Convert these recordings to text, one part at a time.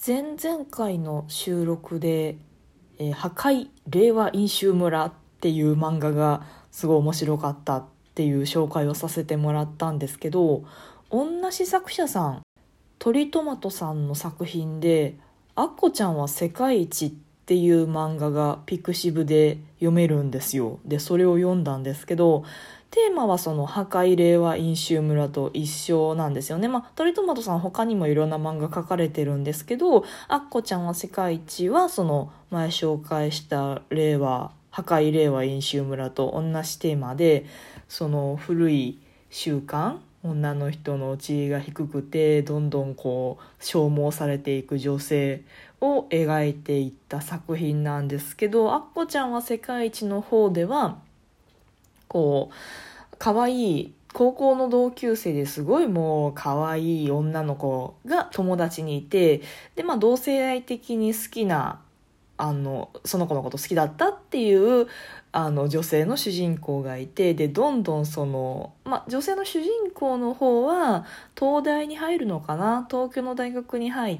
前々回の収録で、破壊令和飲酒村っていう漫画がすごい面白かったっていう紹介をさせてもらったんですけど、同じ作者さん、トリトマトさんの作品でアッコちゃんは世界一っていう漫画がピクシブで読めるんですよ。でそれを読んだんですけど、テーマはその破壊令和飲酒村と一緒なんですよね。トリトマトさん他にもいろんな漫画書かれてるんですけど、アッコちゃんは世界一はその前紹介した破壊令和飲酒村と同じテーマで、その古い習慣、女の人の地位が低くてどんどんこう消耗されていく女性を描いていった作品なんですけど、アッコちゃんは世界一の方ではこう可愛い高校の同級生ですごいもう可愛い女の子が友達にいて、で同性愛的に好きなその子のこと好きだったっていう女性の主人公がいて、でどんどん女性の主人公の方は東大に入るのかな、東京の大学に入って、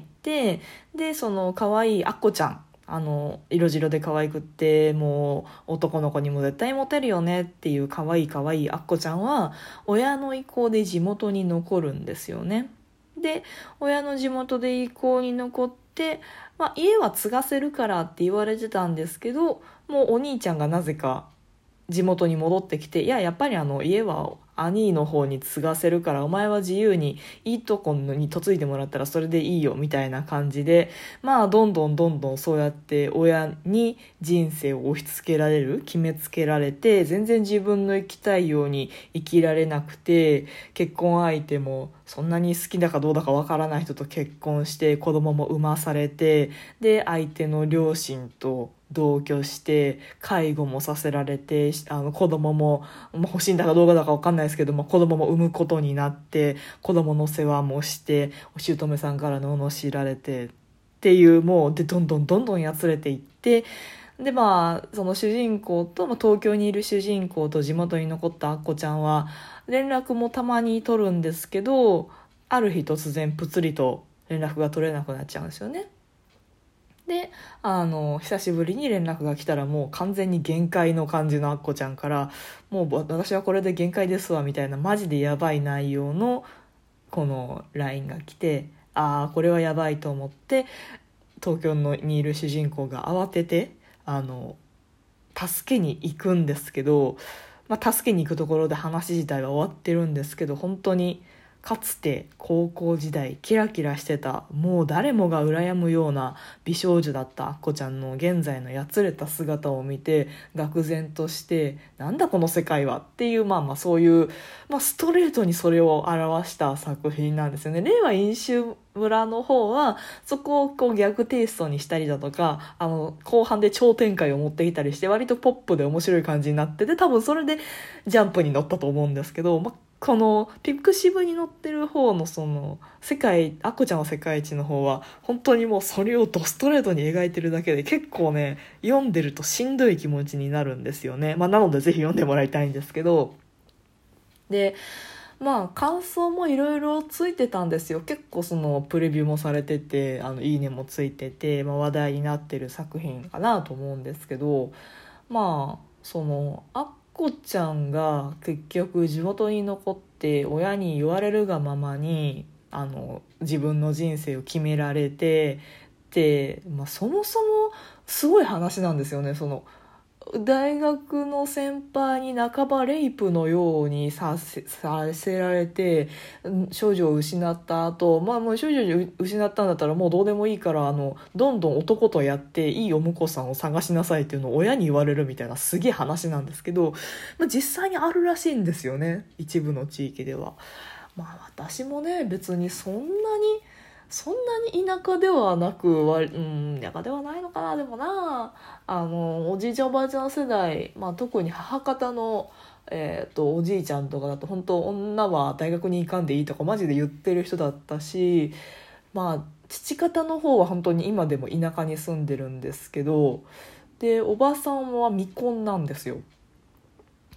でその可愛いアッコちゃん、色白で可愛くってもう男の子にも絶対モテるよねっていう可愛い可愛いアッコちゃんは親の意向で地元に残るんですよね。で親の地元で意向に残って、家は継がせるからって言われてたんですけど、もうお兄ちゃんがなぜか地元に戻ってきて、やっぱり家は兄の方に継がせるからお前は自由にいいとこに嫁いでもらったらそれでいいよみたいな感じで、どんどんそうやって親に人生を押し付けられる、決めつけられて、全然自分の生きたいように生きられなくて、結婚相手もそんなに好きだかどうだかわからない人と結婚して子供も産まされて、で相手の両親と同居して介護もさせられて、子供も欲しいんだかどうかだか分かんないですけども、子供も産むことになって、子供の世話もしてお姑さんから罵られてっていう、もうでどんどんやつれていって、でその主人公と、東京にいる主人公と地元に残ったアッコちゃんは連絡もたまに取るんですけど、ある日突然ぷつりと連絡が取れなくなっちゃうんですよね。で久しぶりに連絡が来たらもう完全に限界の感じのアッコちゃんから、もう私はこれで限界ですわみたいなマジでやばい内容のこの LINE が来て、これはやばいと思って東京にいる主人公が慌てて助けに行くんですけど、助けに行くところで話自体は終わってるんですけど、本当にかつて高校時代キラキラしてた、もう誰もが羨むような美少女だったアッコちゃんの現在のやつれた姿を見て愕然として、なんだこの世界はっていう、そういう、ストレートにそれを表した作品なんですよね。令和飲酒村の方はそこをこう逆テイストにしたりだとか、後半で超展開を持ってきたりして割とポップで面白い感じになってて、多分それでジャンプに乗ったと思うんですけど、このピクシブに載ってる方のそのアッコちゃんの世界一の方は本当にもうそれをドストレートに描いてるだけで結構ね、読んでるとしんどい気持ちになるんですよね。なのでぜひ読んでもらいたいんですけど、で感想もいろいろついてたんですよ。結構そのプレビューもされてて、いいねもついてて、話題になってる作品かなと思うんですけど、そのアッコちゃんが結局地元に残って親に言われるがままに自分の人生を決められてで、そもそもすごい話なんですよね。その大学の先輩に半ばレイプのようにさせられて少女を失った後、もう少女を失ったんだったらもうどうでもいいからどんどん男とやっていいお婿さんを探しなさいっていうのを親に言われるみたいなすげえ話なんですけど、実際にあるらしいんですよね、一部の地域では。私もね別にそんなに田舎ではなく、田舎ではないのかな。でもおじいちゃんおばあちゃん世代、特に母方の、おじいちゃんとかだと本当女は大学に行かんでいいとかマジで言ってる人だったし、父方の方は本当に今でも田舎に住んでるんですけど、でおばさんは未婚なんですよ。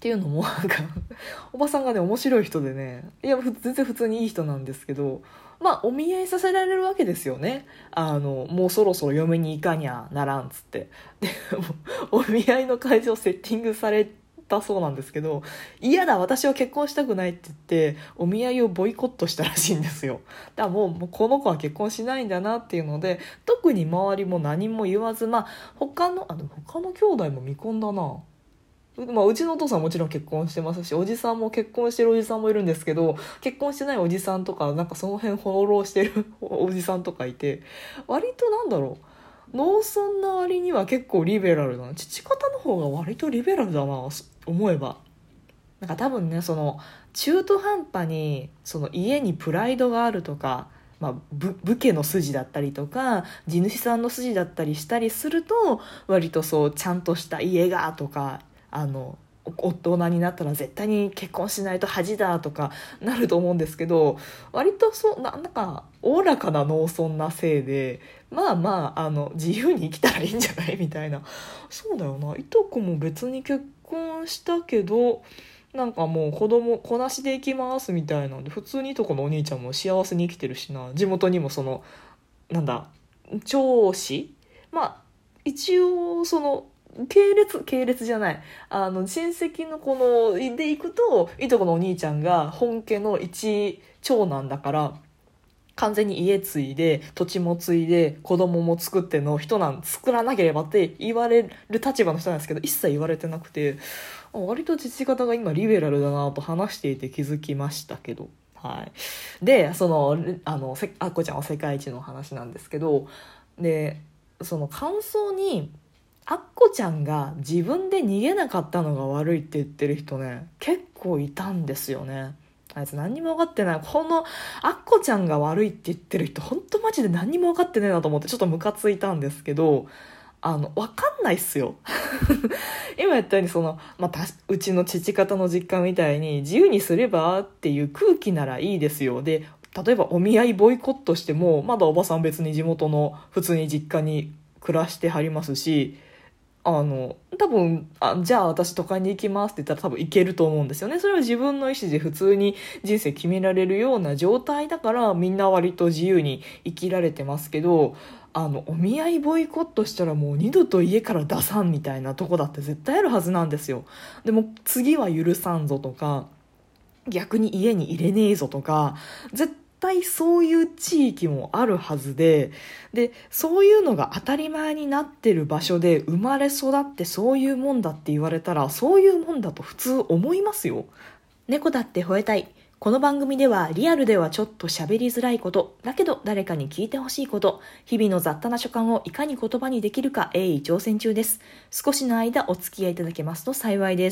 っていうのもなんかおばさんがね面白い人でね、いや全然普通にいい人なんですけど、まあお見合いさせられるわけですよね。もうそろそろ嫁に行かにゃならんっつって、でお見合いの会場セッティングされたそうなんですけど、嫌だ私は結婚したくないって言ってお見合いをボイコットしたらしいんですよ。だからもうこの子は結婚しないんだなっていうので、特に周りも何も言わず、まあ他の兄弟も未婚だな。まあ、うちのお父さんはもちろん結婚してますし、おじさんも結婚してるおじさんもいるんですけど、結婚してないおじさんとかなんかその辺フォローしてるおじさんとかいて、割となんだろう、農村な割には結構リベラルだな。父方の方が割とリベラルだな、思えば。なんか多分ね、その中途半端にその家にプライドがあるとか、まあ、武家の筋だったりとか地主さんの筋だったりしたりすると、割とそうちゃんとした家がとか、大人になったら絶対に結婚しないと恥だとかなると思うんですけど、割とそうなんかおおらかな農村なせいで、まあまあ自由に生きたらいいんじゃないみたいな。そうだよな、いとこも別に結婚したけどなんかもう子供こなしでいきますみたいなんで、普通にいとこのお兄ちゃんも幸せに生きてるしな。地元にもそのなんだ長子、まあ一応その系列じゃない、親戚のこので行くといとこのお兄ちゃんが本家の一長男だから、完全に家継いで土地も継いで子供も作っての人作らなければって言われる立場の人なんですけど、一切言われてなくて、割と父方が今リベラルだなと話していて気づきましたけど、はい。でそのあっこちゃんは世界一の話なんですけど、でその感想にあっこちゃんが自分で逃げなかったのが悪いって言ってる人ね結構いたんですよね。あいつ何にも分かってない。このあっこちゃんが悪いって言ってる人本当マジで何にも分かってねえなと思ってちょっとムカついたんですけど、分かんないっすよ今言ったようにうちの父方の実家みたいに自由にすればっていう空気ならいいですよ。で例えばお見合いボイコットしてもまだおばさん別に地元の普通に実家に暮らしてはりますし、多分じゃあ私都会に行きますって言ったら多分行けると思うんですよね。それは自分の意思で普通に人生決められるような状態だからみんな割と自由に生きられてますけど、お見合いボイコットしたらもう二度と家から出さんみたいなとこだって絶対あるはずなんですよ。でも次は許さんぞとか、逆に家に入れねえぞとか、絶対そういう地域もあるはずで、そういうのが当たり前になってる場所で生まれ育ってそういうもんだって言われたら、そういうもんだと普通思いますよ。猫だって吠えたい。この番組ではリアルではちょっと喋りづらいこと、だけど誰かに聞いてほしいこと、日々の雑多な所感をいかに言葉にできるか鋭意挑戦中です。少しの間お付き合いいただけますと幸いです。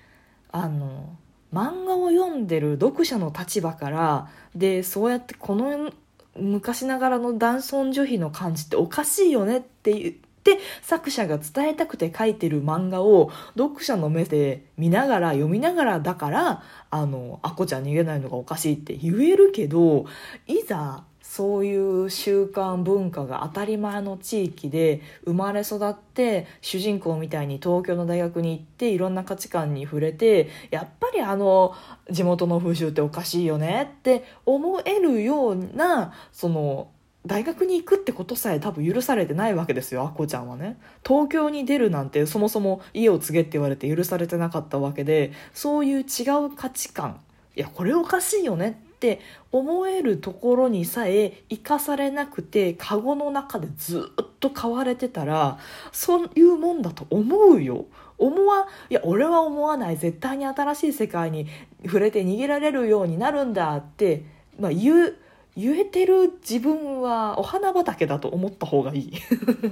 漫画を読んでる読者の立場からで、そうやってこの昔ながらの男尊女卑の感じっておかしいよねって言って作者が伝えたくて書いてる漫画を読者の目で見ながら読みながらだからあっこちゃん逃げないのがおかしいって言えるけど、いざそういう習慣文化が当たり前の地域で生まれ育って主人公みたいに東京の大学に行っていろんな価値観に触れて、やっぱり地元の風習っておかしいよねって思えるようなその大学に行くってことさえ多分許されてないわけですよ。あっこちゃんはね、東京に出るなんてそもそも家を継げって言われて許されてなかったわけで、そういう違う価値観、いやこれおかしいよねって思えるところにさえ生かされなくてカゴの中でずっと飼われてたら、そういうもんだと思うよ。いや俺は思わない、絶対に新しい世界に触れて逃げられるようになるんだって、言えてる自分はお花畑だと思った方がいい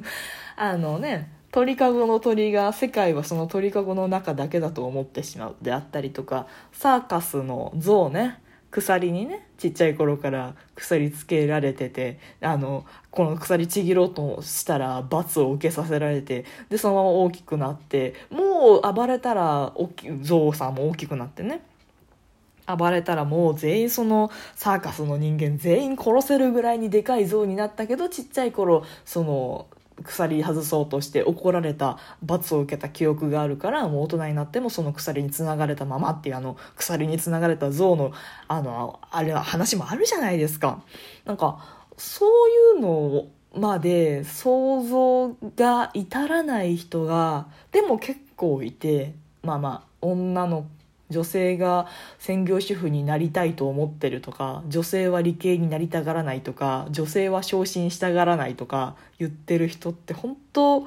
鳥かごの鳥が世界はその鳥かごの中だけだと思ってしまうであったりとか、サーカスの象ね、鎖にねちっちゃい頃から鎖つけられてて、この鎖ちぎろうとしたら罰を受けさせられて、でそのまま大きくなって、もう暴れたら象さんも大きくなってね、暴れたらもう全員そのサーカスの人間全員殺せるぐらいにでかい象になったけど、ちっちゃい頃その鎖外そうとして怒られた罰を受けた記憶があるから、もう大人になってもその鎖につながれたままっていう鎖につながれた象のあれは話もあるじゃないですか。なんかそういうのまで想像が至らない人がでも結構いて、女性が専業主婦になりたいと思ってるとか、女性は理系になりたがらないとか、女性は昇進したがらないとか言ってる人って本当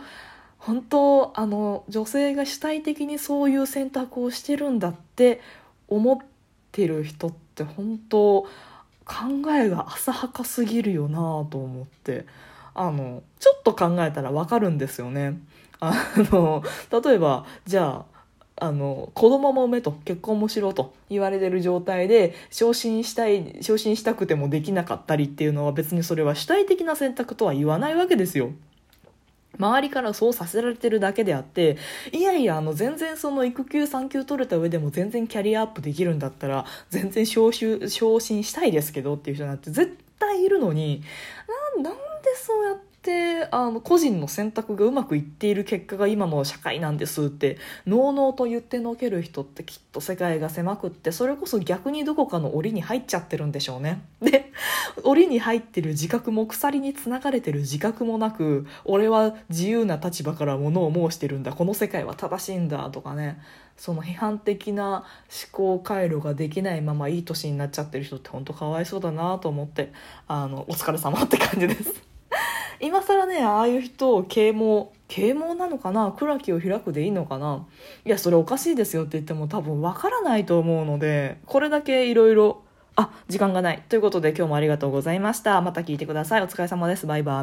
女性が主体的にそういう選択をしてるんだって思ってる人って本当考えが浅はかすぎるよなと思って、ちょっと考えたらわかるんですよね。例えばじゃあ子供も産めと結婚もしろと言われてる状態で昇進したくてもできなかったりっていうのは、別にそれは主体的な選択とは言わないわけですよ。周りからそうさせられてるだけであって、いやいや全然その育休産休取れた上でも全然キャリアアップできるんだったら全然昇進したいですけどっていう人なんて絶対いるのに、なんでそうやって個人の選択がうまくいっている結果が今の社会なんですってのうのうと言ってのける人って、きっと世界が狭くって、それこそ逆にどこかの檻に入っちゃってるんでしょうね。で檻に入ってる自覚も鎖につながれてる自覚もなく、俺は自由な立場から物を申してるんだ、この世界は正しいんだとかね、その批判的な思考回路ができないままいい年になっちゃってる人って本当かわいそうだなと思って、お疲れ様って感じです今更ね、ああいう人を啓蒙なのかな、暗きを開くでいいのかな、いやそれおかしいですよって言っても多分わからないと思うので、これだけいろいろ時間がないということで、今日もありがとうございました。また聞いてください。お疲れ様です。バイバイ。